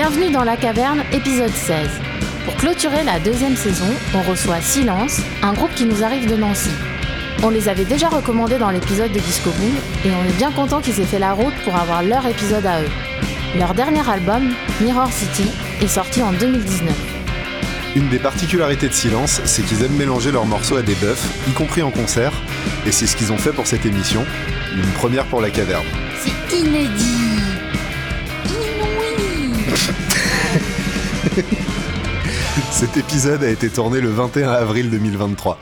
Bienvenue dans La Caverne, épisode 16. Pour clôturer la deuxième saison, on reçoit Silence, un groupe qui nous arrive de Nancy. On les avait déjà recommandés dans l'épisode de Disco Boom et on est bien content qu'ils aient fait la route pour avoir leur épisode à eux. Leur dernier album, Mirror City, est sorti en 2019. Une des particularités de Silence, c'est qu'ils aiment mélanger leurs morceaux à des buffs, y compris en concert, et c'est ce qu'ils ont fait pour cette émission, une première pour La Caverne. C'est inédit. Cet épisode a été tourné le 21 avril 2023.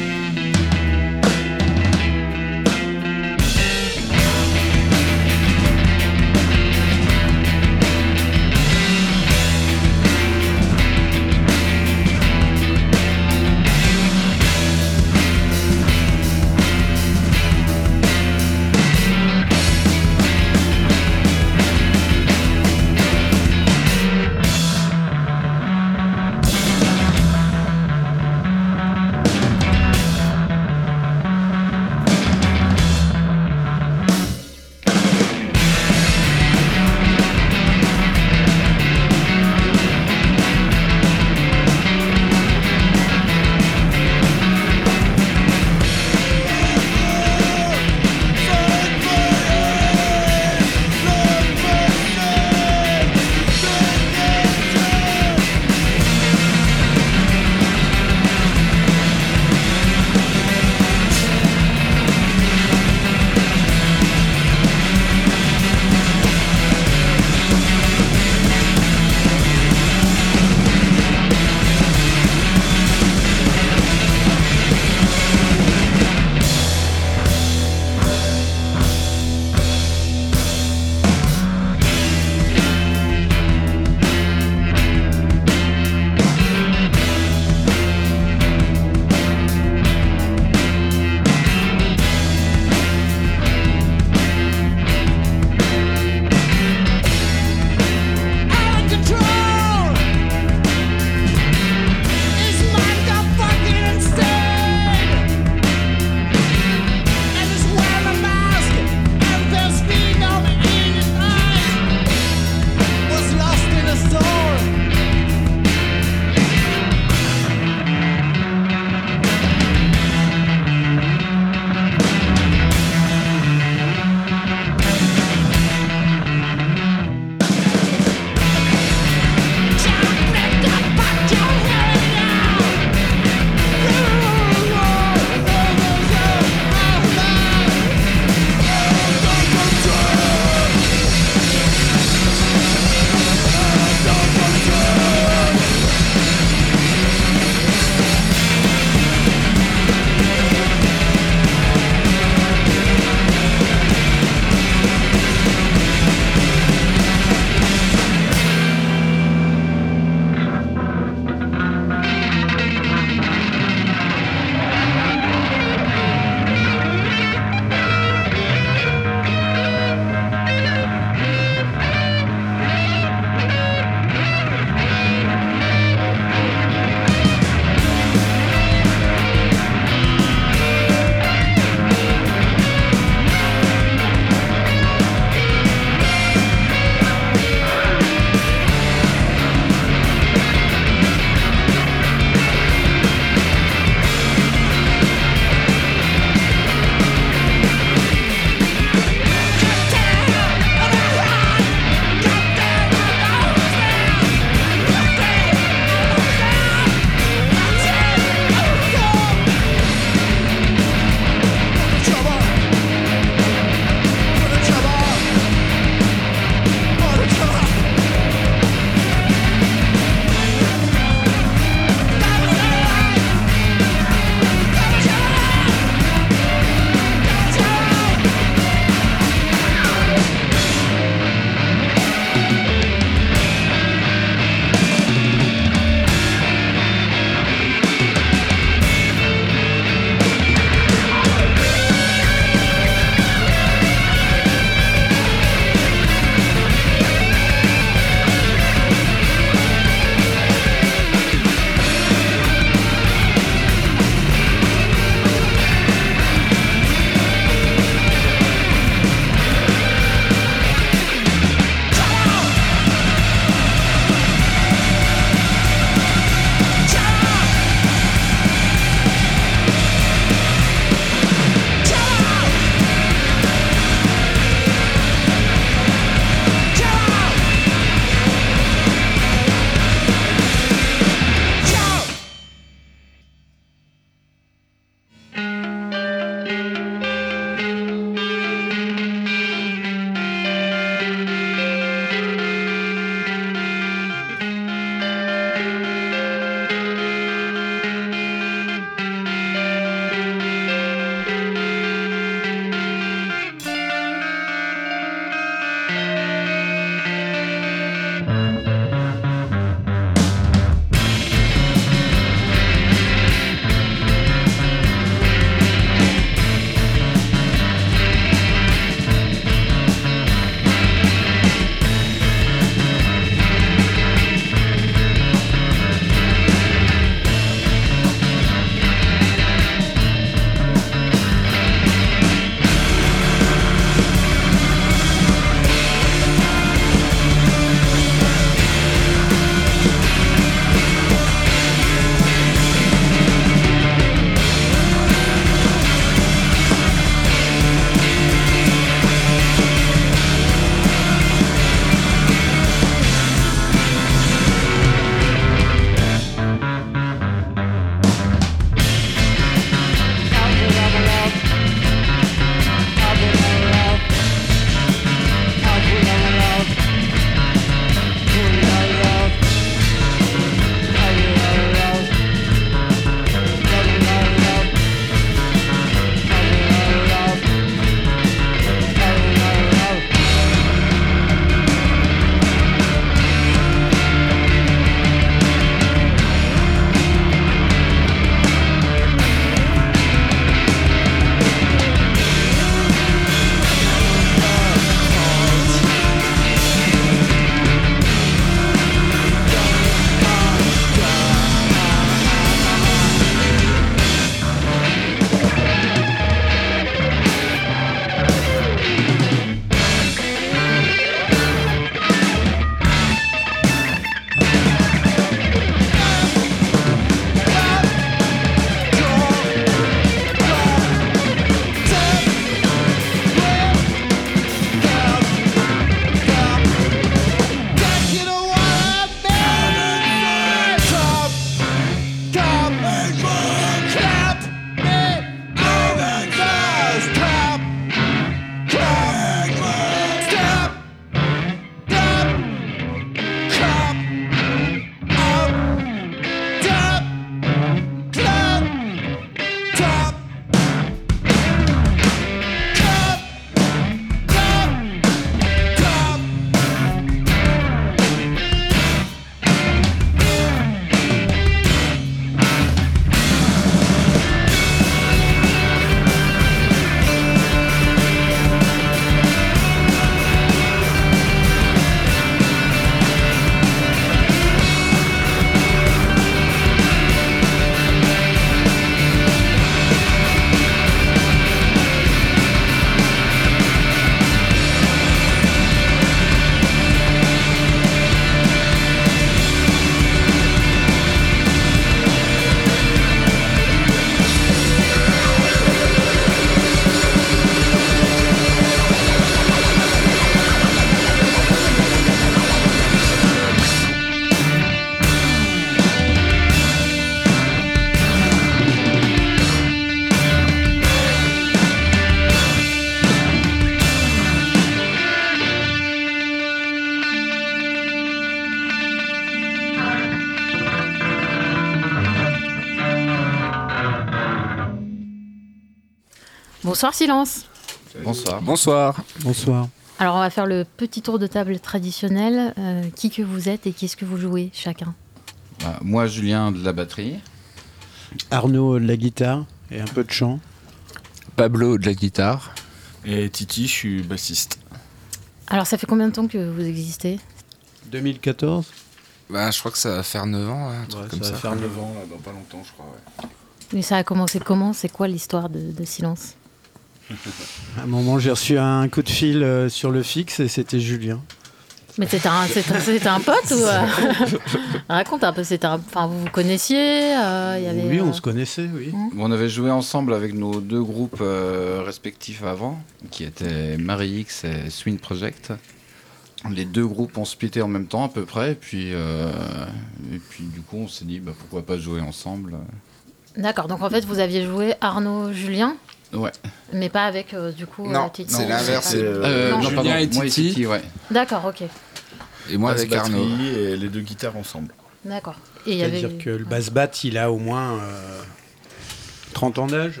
Bonsoir Silence. Bonsoir. Bonsoir. Alors on va faire le petit tour de table traditionnel. Qui que vous êtes et qu'est-ce que vous jouez chacun? Moi, Julien, de la batterie. Arnaud de la guitare et un peu de chant. Pablo de la guitare. Et Titi, je suis bassiste. Alors ça fait combien de temps que vous existez? 2014. Je crois que ça va faire 9 ans, un truc comme ça. Ça va faire 9 ans. Là, dans pas longtemps, je crois. Ouais. Mais ça a commencé comment? C'est quoi l'histoire de Silence? À un moment, j'ai reçu un coup de fil sur le fixe et c'était Julien. Mais c'était un pote ou raconte un peu. Vous vous connaissiez? Oui, on se connaissait, oui. On avait joué ensemble avec nos deux groupes respectifs avant, qui étaient Marie X et Swing Project. Les deux groupes ont splitté en même temps à peu près, et puis du coup on s'est dit pourquoi pas jouer ensemble. D'accord, donc en fait vous aviez joué Arnaud, Julien, Ouais. mais pas avec du coup Non, Titi. c'est l'inverse. Julien et moi et Titi. Titi, ouais. D'accord, ok. Et moi avec Arnaud. Et les deux guitares ensemble. D'accord. Et il y avait... C'est-à-dire que le bass bat, il a au moins 30 ans d'âge.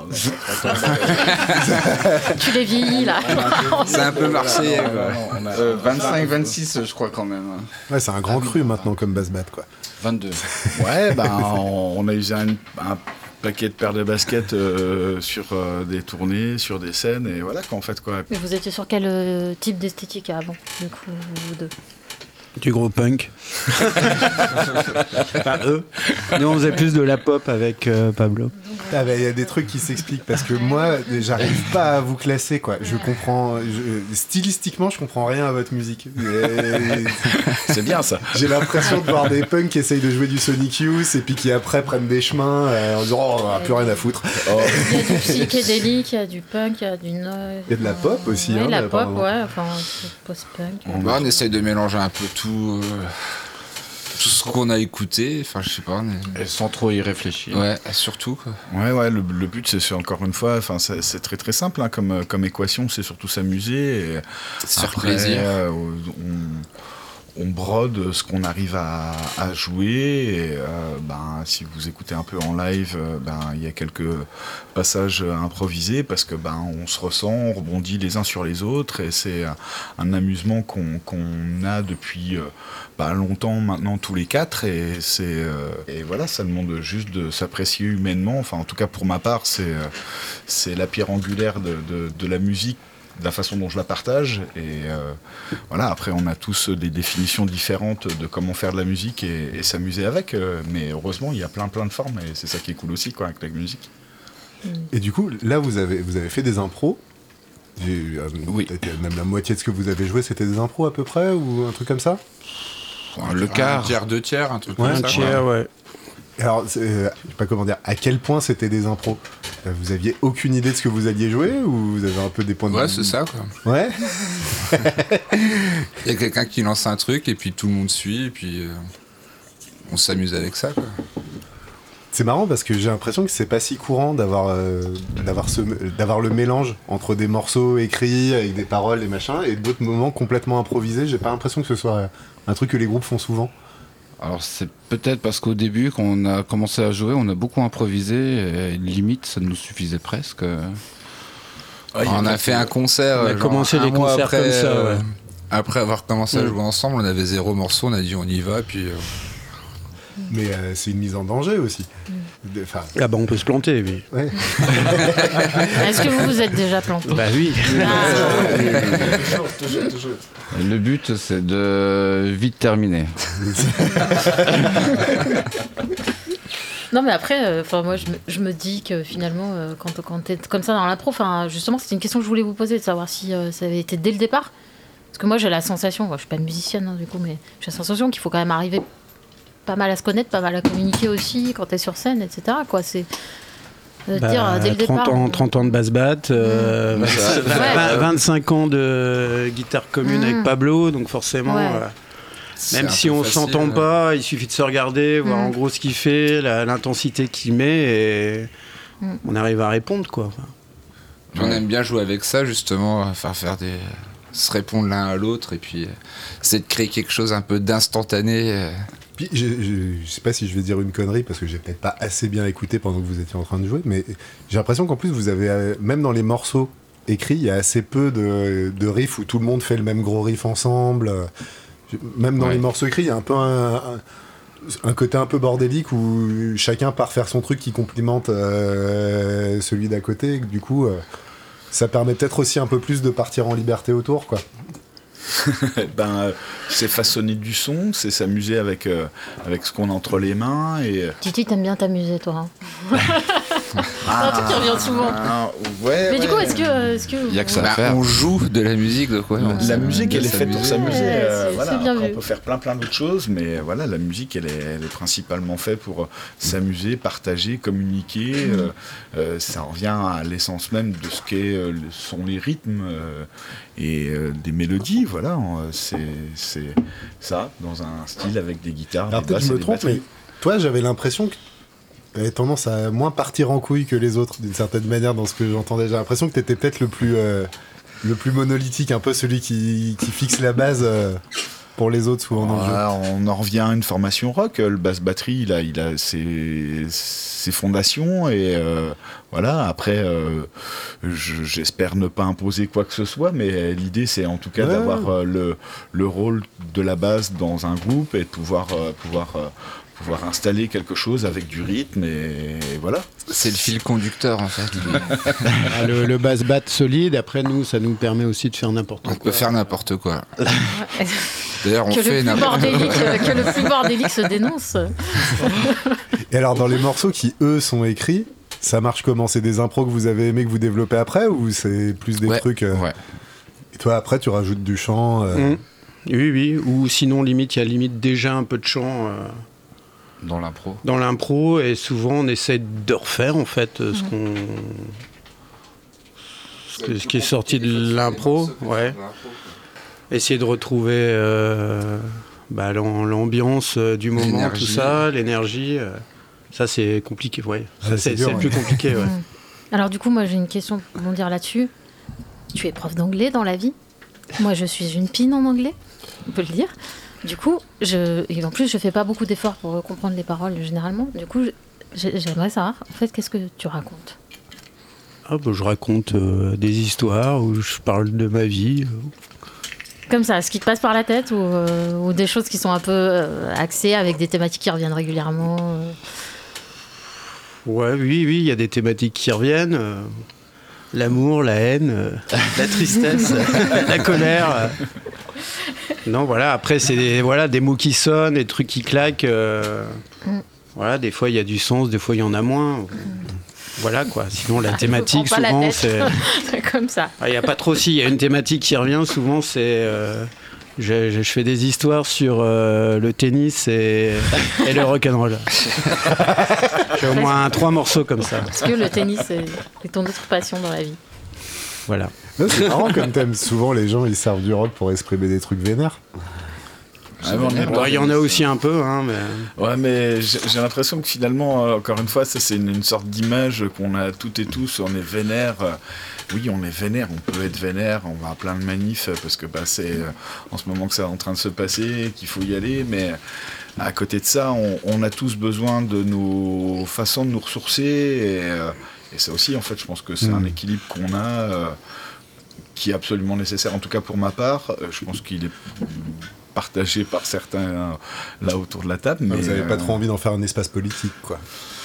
Tu l'es vieilli là. C'est un peu marseillais. 25-26 je crois quand même. Ouais, c'est un grand cru maintenant comme bass bat, quoi. 22. Ouais, on a usé un paquet de paires de baskets sur des tournées, sur des scènes, et voilà quoi, en fait, quoi. Mais vous étiez sur quel type d'esthétique avant, du coup, vous deux? Du gros punk. Pas eux. Nous, on faisait plus de la pop avec Pablo. Il y a des trucs qui s'expliquent parce que moi, j'arrive pas à vous classer, quoi. Je comprends, stylistiquement, je comprends rien à votre musique. C'est bien ça. J'ai l'impression de voir des punks qui essayent de jouer du Sonic Youth et puis qui après prennent des chemins en disant on a plus rien à foutre. Il y a du psychédélique, il y a du punk, il y a du noise. Il y a de la pop aussi. Oui, hein, la pop, apparemment. ouais, enfin, post-punk. On essaye de mélanger un peu tout ce qu'on a écouté. Enfin, je sais pas. Et sans trop y réfléchir. Ouais, surtout quoi. Ouais, le but, c'est encore une fois, c'est très très simple, hein, comme équation, c'est surtout s'amuser. Et Se faire après, plaisir. On brode ce qu'on arrive à jouer. Et, si vous écoutez un peu en live, il y a quelques passages improvisés parce que on se ressent, on rebondit les uns sur les autres, et c'est un amusement qu'on a depuis longtemps maintenant tous les quatre, et et voilà, ça demande juste de s'apprécier humainement. Enfin, en tout cas pour ma part, c'est la pierre angulaire de la musique, de la façon dont je la partage, et voilà, après on a tous des définitions différentes de comment faire de la musique et s'amuser avec, mais heureusement il y a plein de formes, et c'est ça qui est cool aussi, quoi, avec la musique. Et du coup, là, vous avez fait des impros. Oui. Peut-être même la moitié de ce que vous avez joué, c'était des impros à peu près, ou un truc comme ça? Le quart. Un tiers, 2 tiers, un truc comme ça. Un tiers, ouais. Alors, je sais pas comment dire, à quel point c'était des impros? Vous aviez aucune idée de ce que vous alliez jouer, ou vous avez un peu des points de vue? Ouais, c'est ça quoi. Ouais. Il y a quelqu'un qui lance un truc et puis tout le monde suit et puis on s'amuse avec ça quoi. C'est marrant parce que j'ai l'impression que c'est pas si courant d'avoir le mélange entre des morceaux écrits avec des paroles et machin, et d'autres moments complètement improvisés. J'ai pas l'impression que ce soit un truc que les groupes font souvent. Alors c'est peut-être parce qu'au début, quand on a commencé à jouer, on a beaucoup improvisé, et limite ça nous suffisait presque. On a fait un concert. On a commencé les concerts après, comme ça, ouais. Après avoir commencé à jouer ensemble, on avait 0 morceau, on a dit on y va, puis Mais c'est une mise en danger aussi. Enfin, On peut se planter, oui. ouais. Est-ce que vous êtes déjà planté? Bah oui. Toujours. Le but, c'est de vite terminer. Non, mais après, moi, je me dis que finalement, quand t'es comme ça dans l'impro, justement, c'était une question que je voulais vous poser, de savoir si ça avait été dès le départ. Parce que moi, j'ai la sensation, je suis pas musicienne, hein, du coup, mais j'ai la sensation qu'il faut quand même arriver pas mal à se connaître, pas mal à communiquer aussi quand t'es sur scène, etc. Quoi, c'est dire dès le 30 départ. 30 ans de bass bat, 25 ans de guitare commune avec Pablo, donc forcément, même si on s'entend pas, il suffit de se regarder, voir en gros ce qu'il fait, l'intensité qu'il met, et on arrive à répondre, quoi. on aime bien jouer avec ça justement, se répondre l'un à l'autre, et puis c'est de créer quelque chose un peu d'instantané. Puis je sais pas si je vais dire une connerie parce que j'ai peut-être pas assez bien écouté pendant que vous étiez en train de jouer, mais j'ai l'impression qu'en plus vous avez, même dans les morceaux écrits, il y a assez peu de riffs où tout le monde fait le même gros riff ensemble. Même dans les morceaux écrits, il y a un peu un côté un peu bordélique où chacun part faire son truc qui complimente celui d'à côté. Du coup, ça permet peut-être aussi un peu plus de partir en liberté autour, quoi. C'est façonner du son, c'est s'amuser avec ce qu'on a entre les mains. Titi, t'aimes bien t'amuser, toi. C'est un truc qui revient souvent. Mais du coup, est-ce que il y a que ça à faire. On joue de la musique, de quoi. La musique, elle est faite pour s'amuser. C'est bien vu. On peut faire plein d'autres choses, mais voilà, la musique, elle est principalement faite pour s'amuser, partager, communiquer. Ça revient à l'essence même de ce sont les rythmes et des mélodies. Voilà, c'est ça, dans un style avec des guitares, Alors des basses peut-être je et me des trompe, batteries. mais toi, j'avais l'impression que t'avais tendance à moins partir en couille que les autres, d'une certaine manière, dans ce que j'entendais. J'ai l'impression que t'étais peut-être le plus monolithique, un peu celui qui fixe la base pour les autres, souvent dans le jeu. On en revient à une formation rock. Le basse-batterie, il a ses fondations, et voilà, après, j'espère ne pas imposer quoi que ce soit, mais l'idée, c'est en tout cas d'avoir le rôle de la basse dans un groupe et de pouvoir installer quelque chose avec du rythme, et voilà. C'est le fil conducteur, en fait. Le bass bat solide, après nous, ça nous permet aussi de faire n'importe quoi. On peut faire n'importe quoi. D'ailleurs, on que fait n'importe quoi. Que le plus bordélique se dénonce. Et alors, dans les morceaux qui, eux, sont écrits, ça marche comment? C'est des impros que vous avez aimé, que vous développez après, ou c'est plus des trucs Ouais. Et toi, après, tu rajoutes du chant Oui, ou sinon, il y a déjà un peu de chant Dans l'impro. dans l'impro, et souvent, on essaie de refaire, en fait, ce qui est sorti de l'impro, ouais. Essayer de retrouver l'ambiance du moment, L'énergie. tout ça, l'énergie. Ça, c'est compliqué, ouais. Ça, c'est dur, le plus compliqué, ouais. Alors du coup, moi j'ai une question pour rebondir là-dessus. Tu es prof d'anglais dans la vie. Moi, je suis une pine en anglais, on peut le dire. Du coup, et en plus, je fais pas beaucoup d'efforts pour comprendre les paroles généralement. Du coup, j'aimerais savoir, en fait, qu'est-ce que tu racontes? Je raconte des histoires où je parle de ma vie. Comme ça, ce qui te passe par la tête, ou des choses qui sont un peu axées avec des thématiques qui reviennent régulièrement Ouais, oui, il y a des thématiques qui reviennent. L'amour, la haine, la tristesse, la colère. Non, voilà, après, c'est des mots qui sonnent, des trucs qui claquent. Voilà, des fois, il y a du sens, des fois, il y en a moins. Voilà, quoi. Sinon, la thématique, souvent, c'est... C'est comme ça. Il n'y a pas trop si. Il y a une thématique qui revient, souvent, c'est... Je fais des histoires sur le tennis et le rock'n'roll. J'ai au moins 3 morceaux comme ça. Parce que le tennis est ton autre passion dans la vie. Voilà. C'est marrant comme thème. Souvent, les gens, ils servent du rock pour exprimer des trucs vénères. Il y en a aussi un peu, hein, mais... Ouais, mais j'ai l'impression que finalement, encore une fois, ça c'est une sorte d'image qu'on a toutes et tous. On est vénère. Oui, on est vénère. On peut être vénère. On va à plein de manifs parce que c'est en ce moment que ça est en train de se passer, qu'il faut y aller. Mais à côté de ça, on a tous besoin de nos façons de nous ressourcer. Et ça aussi, en fait, je pense que c'est un équilibre qu'on a qui est absolument nécessaire. En tout cas, pour ma part, je pense qu'il est partagé par certains là autour de la table. Mais vous n'avez pas trop envie d'en faire un espace politique, quoi.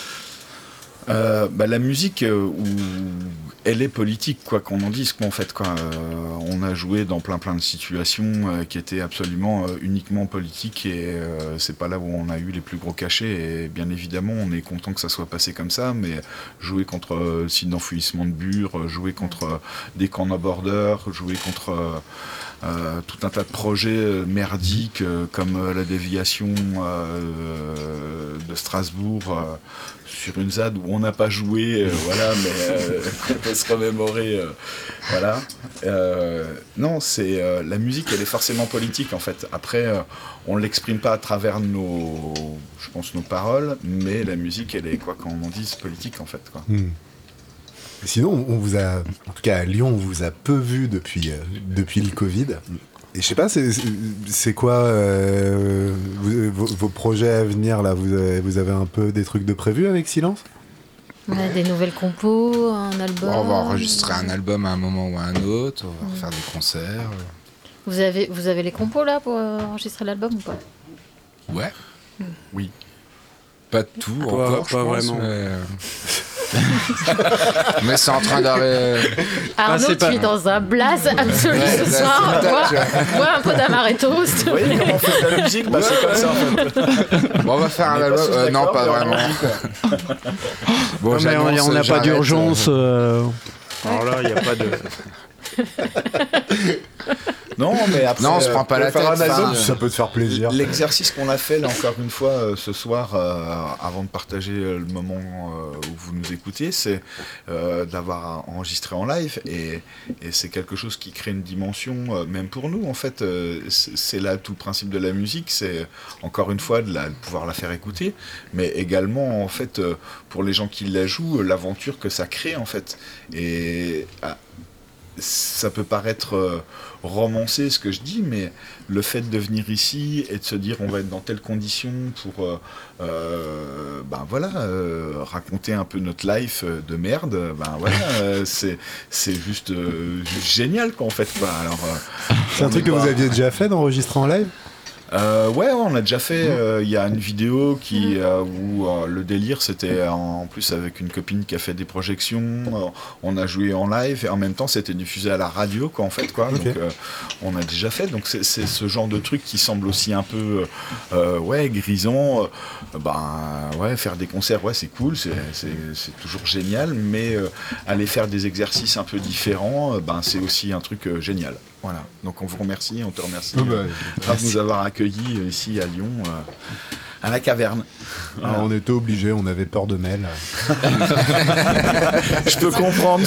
La musique, elle est politique, quoi qu'on en dise, quoi, en fait, quoi. On a joué dans plein de situations qui étaient absolument uniquement politiques, et c'est pas là où on a eu les plus gros cachets, et bien évidemment on est content que ça soit passé comme ça, mais jouer contre sites d'enfouissement de bure, jouer contre des camps no border, jouer contre tout un tas de projets merdiques comme la déviation de Strasbourg sur une ZAD où on n'a pas joué, mais on peut se remémorer, voilà. Non, c'est la musique, elle est forcément politique, en fait. Après, on l'exprime pas à travers nos paroles, mais la musique, elle est, quoi qu'on en dise, politique, en fait, quoi. Sinon, on vous a, en tout cas à Lyon, on vous a peu vu depuis le Covid. Et je sais pas, c'est quoi vos projets à venir là, vous avez un peu des trucs de prévu avec Silence? On a des nouvelles compos, un album. On va enregistrer un album à un moment ou à un autre, on va faire des concerts. Vous avez les compos là pour enregistrer l'album ou pas? Ouais. Oui. Pas de tout encore, je pense, vraiment. Mais c'est en train d'arrêter. Arnaud, tu es dans un blaze absolu ce soir. Bois un peu d'amaretto, s'il te plaît. Oui, comment on fait de la musique, c'est comme ça en fait. Bon, on va faire un album. Non, pas vraiment. Bon, mais on n'a pas d'urgence. Alors là, il n'y a pas de... Non, mais après, non, on se prend pas la tête. Un album, ça peut te faire plaisir. L'exercice qu'on a fait là encore une fois ce soir, avant de partager le moment où vous nous écoutez, c'est d'avoir enregistré en live et c'est quelque chose qui crée une dimension, même pour nous en fait. C'est là tout le principe de la musique, c'est encore une fois de pouvoir la faire écouter, mais également en fait pour les gens qui la jouent, l'aventure que ça crée en fait. Et ça peut paraître romancé ce que je dis, mais le fait de venir ici et de se dire on va être dans telles conditions pour raconter un peu notre life de merde, c'est juste génial quoi en fait. Alors, c'est un truc que vous aviez déjà fait d'enregistrer en live? Ouais, on a déjà fait. Il y a une vidéo où le délire c'était en plus avec une copine qui a fait des projections. On a joué en live et en même temps c'était diffusé à la radio quoi en fait quoi. Okay. Donc on a déjà fait. Donc c'est ce genre de truc qui semble aussi un peu grisant. Faire des concerts c'est cool, c'est toujours génial. Mais aller faire des exercices un peu différents, c'est aussi un truc génial. Voilà, donc on vous remercie, on te remercie de nous avoir accueillis ici à Lyon, à la Caverne. Voilà. On était obligés, on avait peur de Mel. Je peux comprendre.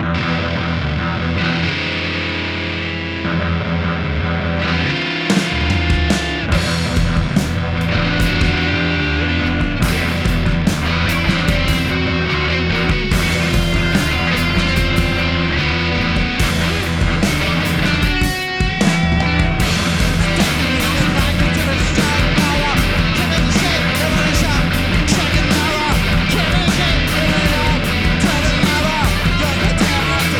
You're the terror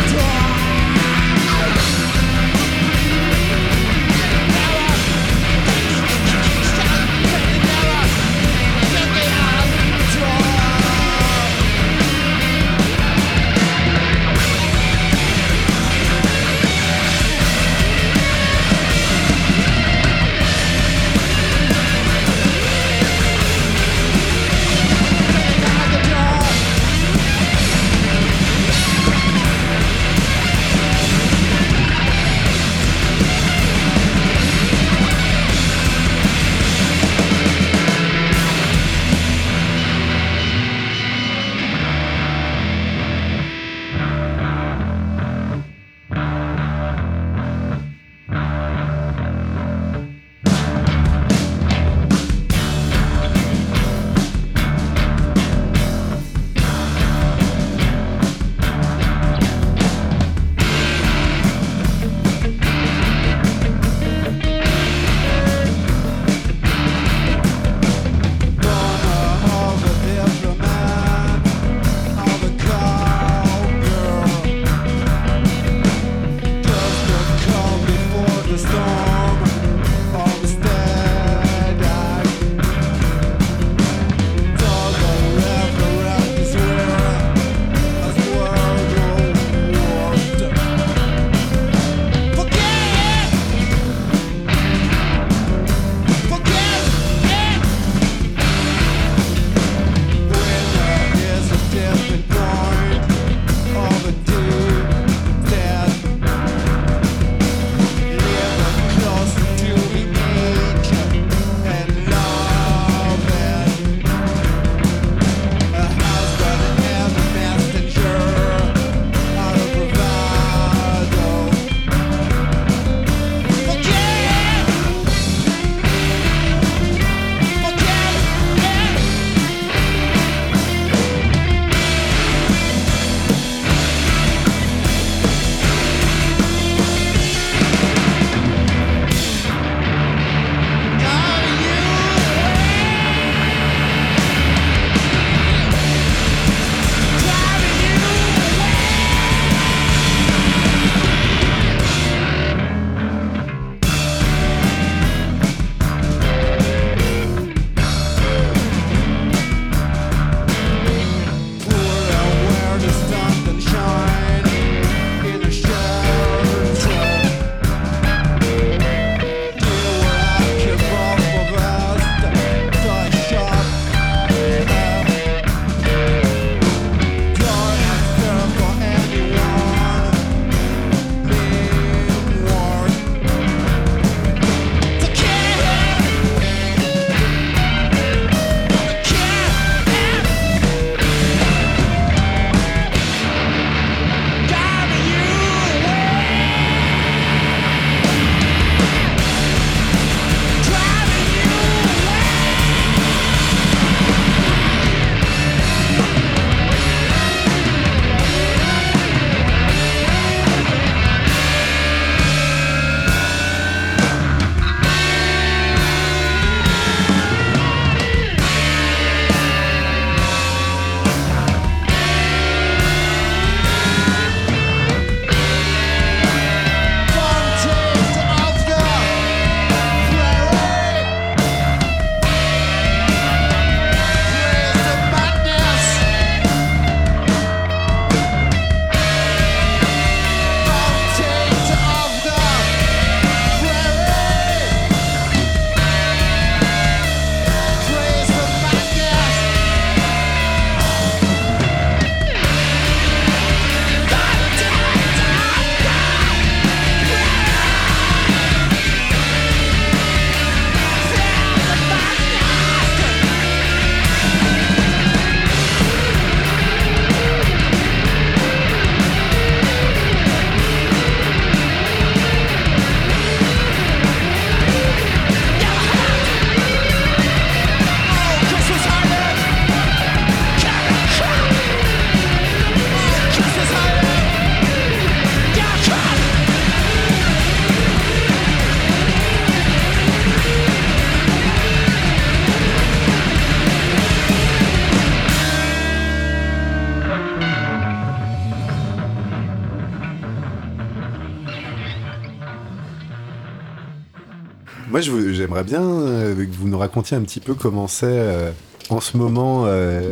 Moi, j'aimerais bien que vous nous racontiez un petit peu comment c'est en ce moment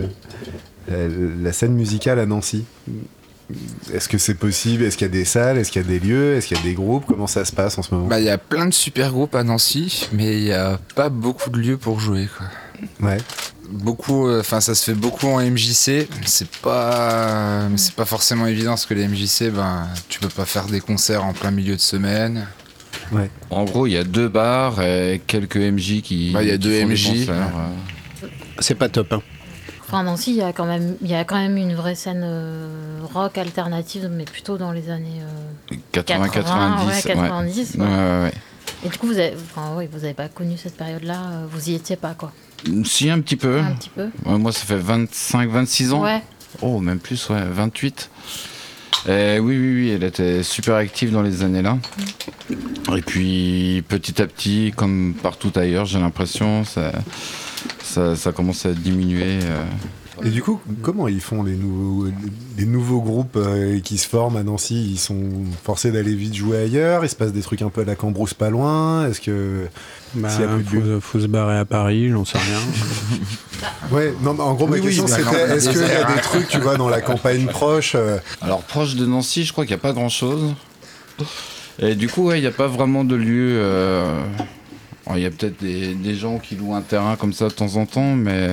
la scène musicale à Nancy. Est-ce que c'est possible? Est-ce qu'il y a des salles? Est-ce qu'il y a des lieux? Est-ce qu'il y a des groupes? Comment ça se passe en ce moment? Il y a plein de super groupes à Nancy, mais il n'y a pas beaucoup de lieux pour jouer, quoi. Ouais. Ça se fait beaucoup en MJC. C'est pas forcément évident parce que les MJC, tu peux pas faire des concerts en plein milieu de semaine. Ouais. En gros, il y a 2 bars et quelques MJ qui. Il y a 2 MJ. C'est pas top. Hein. Enfin, Nancy, il y a quand même une vraie scène rock alternative, mais plutôt dans les années 80-90. 90. Ouais. Ouais. Et du coup, vous avez pas connu cette période-là, vous y étiez pas, quoi. Si, un petit peu. Un petit peu. Ouais, moi, ça fait 25-26 ans. Ouais. Oh, même plus, 28. Et oui, elle était super active dans les années-là. Et puis, petit à petit, comme partout ailleurs, j'ai l'impression, ça commence à diminuer. Et du coup, comment ils font les nouveaux groupes qui se forment à Nancy? Ils sont forcés d'aller vite jouer ailleurs? Il se passe des trucs un peu à la Cambrousse pas loin? Est-ce que s'il y a plus de faut se barrer à Paris, j'en sais rien. Ouais, non, en gros, ma question c'était est-ce qu'il y a des trucs, tu vois, dans la campagne proche Alors, proche de Nancy, je crois qu'il n'y a pas grand-chose. Et du coup, il n'y a pas vraiment de lieu. Il y a peut-être des gens qui louent un terrain comme ça de temps en temps, mais.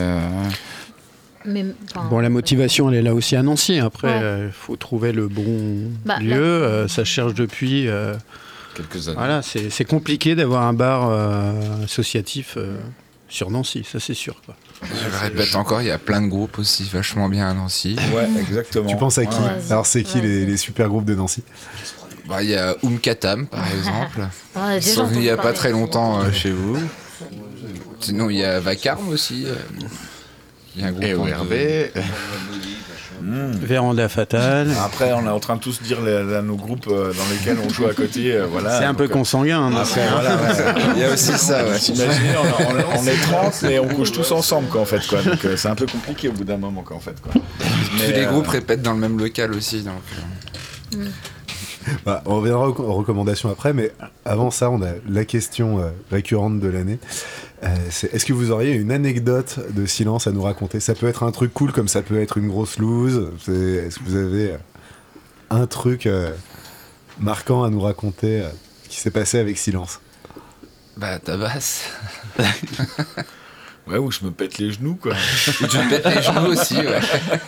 La motivation, elle est là aussi à Nancy. Après, faut trouver le bon lieu. Ça cherche depuis quelques années. Voilà, c'est compliqué d'avoir un bar associatif sur Nancy, ça c'est sûr, quoi. Je le répète encore, il y a plein de groupes aussi vachement bien à Nancy. Ouais, exactement. Tu penses à qui? Alors, c'est qui les super groupes de Nancy? Il y a Katam, par exemple. Ils sont venus il n'y a pas très longtemps chez vous. Sinon, il y a Vacarme aussi. Il y a un groupe EORV. Véranda Fatale. Après, on est en train de tous dire nos groupes dans lesquels on joue à côté. Voilà. C'est un peu consanguin. Il y a aussi ça, ouais. Imaginez, on est 30 et on couche tous ensemble, quoi, en fait. Quoi. Donc, c'est un peu compliqué au bout d'un moment, quoi, en fait. Quoi. Mais les groupes répètent dans le même local aussi. Donc, on reviendra aux recommandations après, mais avant ça, on a la question récurrente de l'année. Est-ce que vous auriez une anecdote de Silence à nous raconter? Ça peut être un truc cool comme ça peut être une grosse loose. Est-ce que vous avez un truc marquant à nous raconter qui s'est passé avec Silence? Ta basse. Ouais, où je me pète les genoux, quoi. Où tu me pètes les genoux aussi, ouais.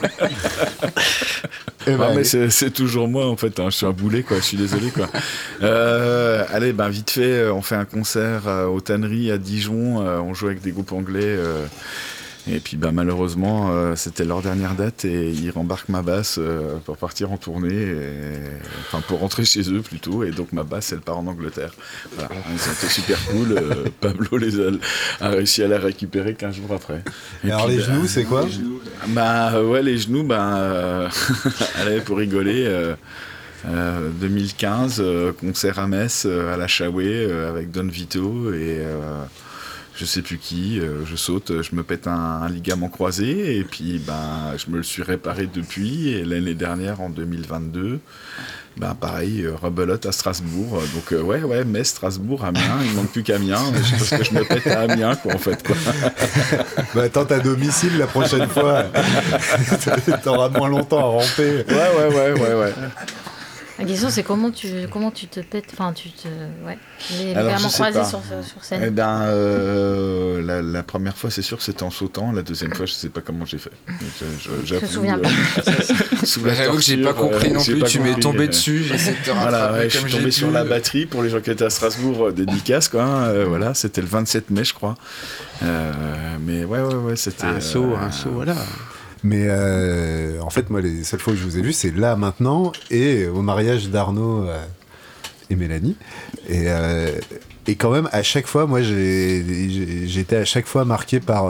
Mais c'est toujours moi, en fait. Hein. Je suis un boulet, quoi. Je suis désolé, quoi. Allez, vite fait, on fait un concert aux Tanneries à Dijon. On joue avec des groupes anglais. Et puis, malheureusement, c'était leur dernière date et ils rembarquent ma basse pour partir en tournée. Enfin, pour rentrer chez eux, plutôt. Et donc, ma basse, elle part en Angleterre. Voilà. Ils ont été super cool. Pablo a réussi à la récupérer 15 jours après. Et alors, les genoux, c'est quoi? Les genoux, allez, pour rigoler... 2015, concert à Metz, à la Chaway, avec Don Vito et je sais plus qui, je saute, je me pète un ligament croisé et puis je me le suis réparé depuis et l'année dernière, en 2022, pareil, rebelote à Strasbourg, donc Metz, Strasbourg, Amiens, il manque plus qu'Amiens, parce que je me pète à Amiens, quoi, en fait, quoi. Tente à domicile la prochaine fois, t'auras moins longtemps à ramper. Ouais. La question, c'est comment tu te pètes, les ligaments croisés sur scène. La première fois, c'est sûr que c'était en sautant. La deuxième fois, je sais pas comment j'ai fait. Je me souviens pas. J'avoue que j'ai pas compris non plus. Tu m'es tombé dessus. J'essaie de te rattraper je suis tombé sur la batterie. Pour les gens qui étaient à Strasbourg, dédicace, quoi. C'était le 27 mai, je crois. Mais c'était un saut, voilà. Mais en fait, moi, les seules fois où je vous ai vu, c'est là, maintenant, et au mariage d'Arnaud et Mélanie. Et quand même, à chaque fois, moi, j'étais à chaque fois marqué par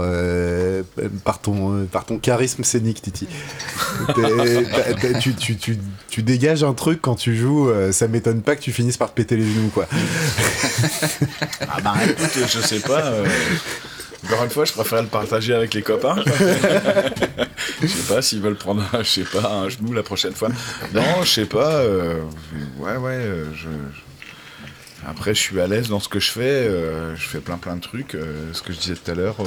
ton charisme scénique, Titi. Tu dégages un truc quand tu joues, ça m'étonne pas que tu finisses par te péter les genoux, quoi. Écoute, je sais pas... Encore une fois, je préfère le partager avec les copains. Je sais pas s'ils veulent prendre un genou la prochaine fois. Non, je sais pas. Après, je suis à l'aise dans ce que je fais plein de trucs. Ce que je disais tout à l'heure,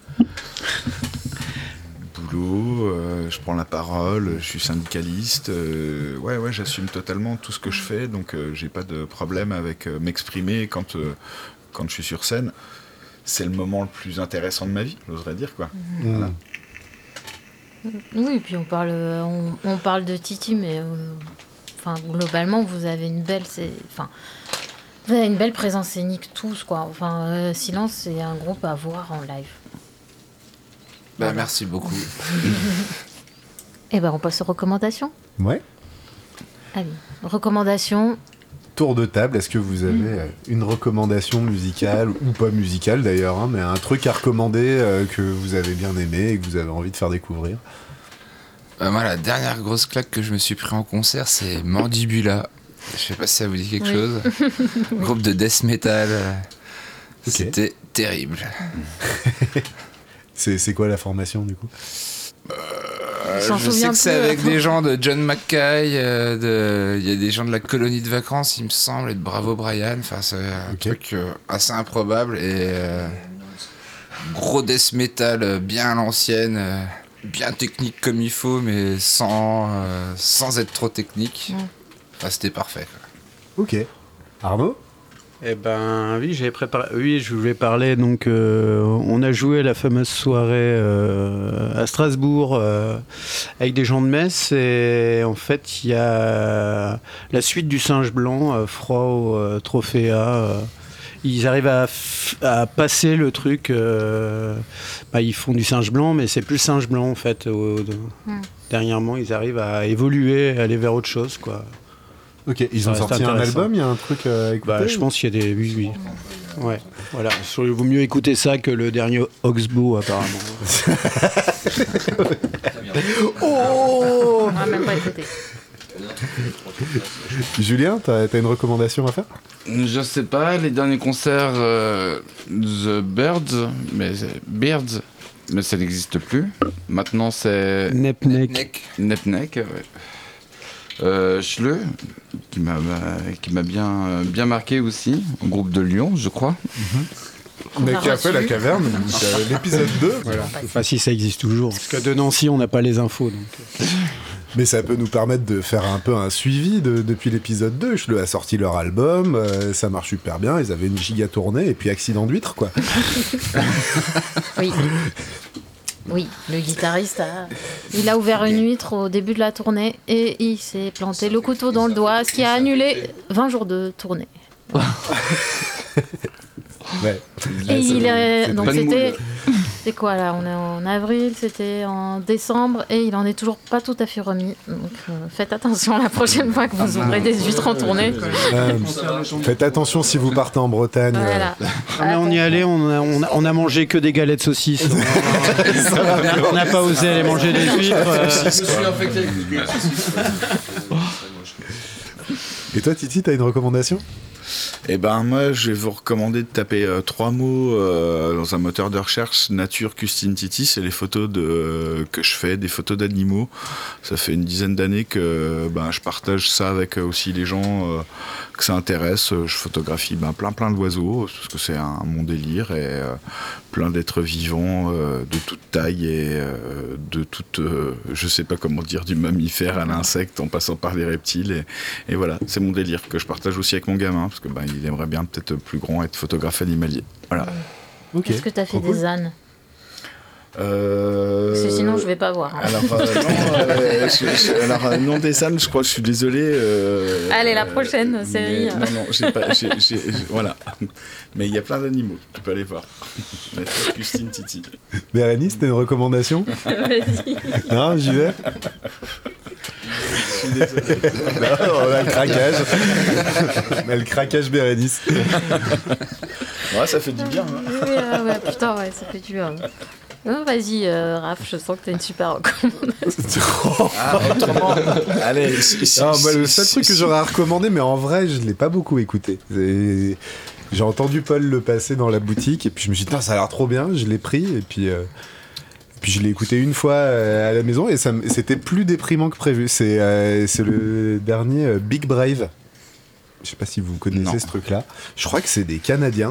boulot, je prends la parole, je suis syndicaliste. Ouais, j'assume totalement tout ce que je fais, donc j'ai pas de problème avec m'exprimer quand je suis sur scène. C'est le moment le plus intéressant de ma vie, j'oserais dire, quoi. Voilà. Oui, puis on parle de Titi, mais globalement, vous avez une belle présence scénique tous, quoi. Silence, c'est un groupe à voir en live. Bah, merci beaucoup. Et on passe aux recommandations. Ouais. Allez, recommandations. Tour de table, est-ce que vous avez une recommandation musicale, ou pas musicale d'ailleurs, hein, mais un truc à recommander que vous avez bien aimé et que vous avez envie de faire découvrir? Moi, la dernière grosse claque que je me suis pris en concert, c'est Mandibula. Je sais pas si ça vous dit quelque chose. Groupe de death metal. C'était terrible. C'est quoi la formation du coup? Je sais que c'est avec des gens de John Mackay, il y a des gens de la colonie de vacances, il me semble, et de Bravo Brian. Enfin, c'est un truc assez improbable et gros death metal bien à l'ancienne, bien technique comme il faut, mais sans être trop technique. Enfin, c'était parfait, quoi. Ok. Arnaud? Eh ben oui, j'avais préparé. Oui, je voulais parler. Donc, on a joué la fameuse soirée à Strasbourg avec des gens de Metz, et en fait, il y a la suite du Singe Blanc, Frau Trophéa. Ils arrivent à passer le truc. Ils font du Singe Blanc, mais c'est plus Singe Blanc en fait. Dernièrement, ils arrivent à évoluer, à aller vers autre chose, quoi. Ok, ils ont sorti un album, il y a un truc à écouter? Je pense qu'il y a des... Oui. Ouais, voilà. Il vaut mieux écouter ça que le dernier Oxbow, apparemment. On va même pas écouter. Julien, t'as une recommandation à faire? Je sais pas, les derniers concerts The Birds, mais ça n'existe plus. Maintenant c'est Nepnek, ouais. Schleu, qui m'a bien marqué aussi, un groupe de Lyon, je crois. Mais qui a fait la caverne, l'épisode 2. Voilà. Enfin, si ça existe toujours. Parce que de Nancy, on n'a pas les infos. Donc. Mais ça peut nous permettre de faire un peu un suivi depuis l'épisode 2. Schleu a sorti leur album, ça marche super bien, ils avaient une giga tournée, et puis accident d'huître, quoi. Oui, le guitariste il a ouvert une huître au début de la tournée et il s'est planté le couteau dans le doigt, ce qui a annulé 20 jours de tournée. Ouais. Et donc c'était quoi là? On est en avril, c'était en décembre et il en est toujours pas tout à fait remis. Donc faites attention la prochaine fois que vous ouvrez des huîtres en tournée. Faites attention si vous partez en Bretagne. Voilà. Mais on y allait, on a mangé que des galettes saucisses. On n'a pas osé aller manger des huîtres. Je me suis infecté avec des Et toi, Titi, t'as une recommandation? Eh ben moi, je vais vous recommander de taper 3 mots dans un moteur de recherche, Nature Custine Titi. C'est les photos que je fais, des photos d'animaux. Ça fait une dizaine d'années que je partage ça avec aussi les gens que ça intéresse. Je photographie plein d'oiseaux, parce que c'est mon délire, et plein d'êtres vivants de toute taille et de toute, je sais pas comment dire, du mammifère à l'insecte en passant par les reptiles. Et voilà, c'est mon délire que je partage aussi avec mon gamin, parce que il aimerait bien peut-être plus grand être photographe animalier. Voilà. Okay. Est-ce que tu as fait des ânes? Parce que sinon je vais pas voir. Alors non, des ânes, je crois, je suis désolé. Allez, la prochaine série. Non, j'ai pas. Voilà. Mais il y a plein d'animaux, tu peux aller voir. Christine Titi. Bérénice, t'as une recommandation? Vas-y. Non, j'y vais. Je suis désolé. Non, on a le craquage. On a le craquage Bérénice. Ouais, ça fait du bien. Hein. Ouais, putain, ouais, ça fait du bien. Oh, vas-y, Raph, je sens que t'as une super recommandation. Autrement. Allez, le seul truc que j'aurais à recommander, mais en vrai, je l'ai pas beaucoup écouté. J'ai entendu Paul le passer dans la boutique, et puis je me suis dit, ça a l'air trop bien, je l'ai pris, et puis je l'ai écouté une fois à la maison, et c'était plus déprimant que prévu. C'est le dernier Big Brave. Je sais pas si vous connaissez ce truc-là. Je crois que c'est des Canadiens.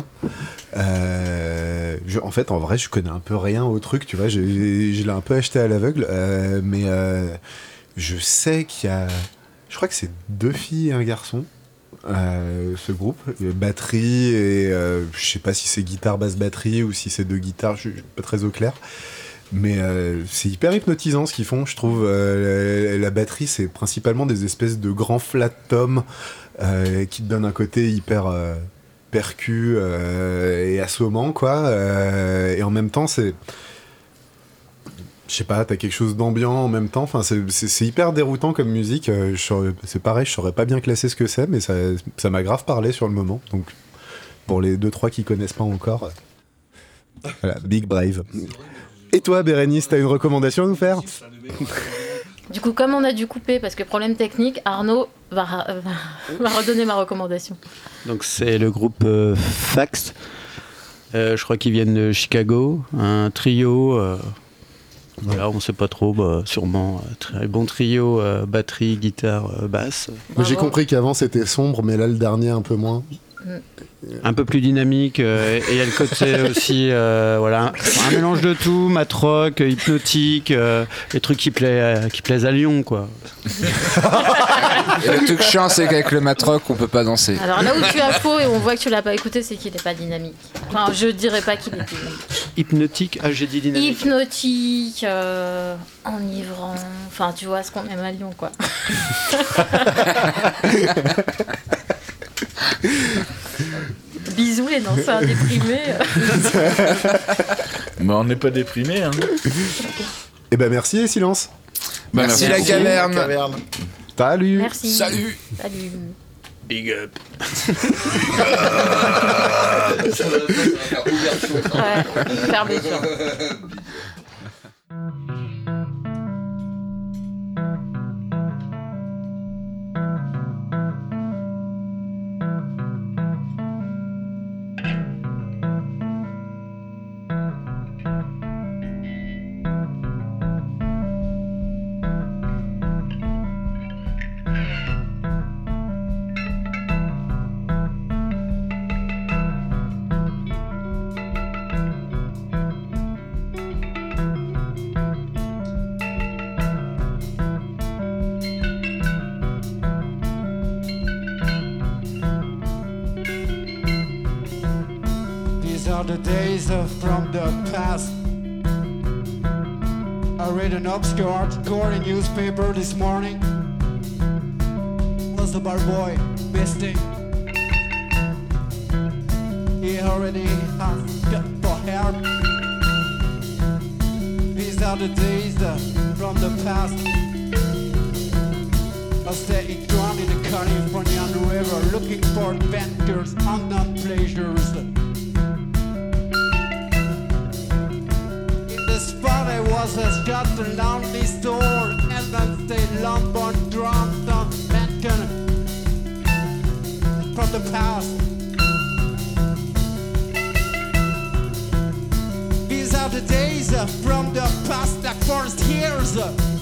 En fait, en vrai, je connais un peu rien au truc, tu vois. Je l'ai un peu acheté à l'aveugle, mais je sais qu'il y a... Je crois que c'est 2 filles et un garçon, ce groupe. Batterie et... je sais pas si c'est guitare, basse, batterie ou si c'est 2 guitares, je suis pas très au clair. Mais c'est hyper hypnotisant ce qu'ils font, je trouve. La batterie, c'est principalement des espèces de grands flat toms qui te donnent un côté hyper percu et assommant, quoi. Et en même temps, c'est... Je sais pas, t'as quelque chose d'ambiant en même temps. Enfin, c'est hyper déroutant comme musique. C'est pareil, je saurais pas bien classer ce que c'est, mais ça m'a grave parlé sur le moment. Donc, pour les 2-3 qui connaissent pas encore, voilà, Big Brave. Et toi, Bérénice, t'as une recommandation à nous faire ? Du coup, comme on a dû couper, parce que problème technique, Arnaud va redonner ma recommandation. Donc c'est le groupe Fax. Je crois qu'ils viennent de Chicago. Un trio... Voilà, on sait pas trop, sûrement très bon trio, batterie, guitare, basse. Mais j'ai compris qu'avant c'était sombre, mais là le dernier un peu moins. Un peu plus dynamique, et il y a le côté aussi, voilà, un mélange de tout, mat rock, hypnotique, les trucs qui plaisent à Lyon, quoi. Et le truc chiant, c'est qu'avec le mat rock, on peut pas danser. Alors là où tu as faux et on voit que tu l'as pas écouté, c'est qu'il est pas dynamique. Enfin, je dirais pas qu'il est dynamique. Hypnotique, j'ai dit dynamique. Hypnotique, enivrant, enfin tu vois ce qu'on aime à Lyon, quoi. Bisous les danseurs déprimés. Mais on n'est pas déprimés, hein. Eh ben merci et silence. Merci la caverne. Salut. Merci. Salut. Big up. Ouais, fermeture. The days from the past. I read an obscure Corey newspaper this morning. Was the bar boy misting? He already has got for hair. These are the days from the past. I stay drowned in the Californian river, looking for adventures, unknown pleasures. Was just a lonely store, and then stay Lombard drunk on Lincoln from the past. These are the days from the past, like forest years.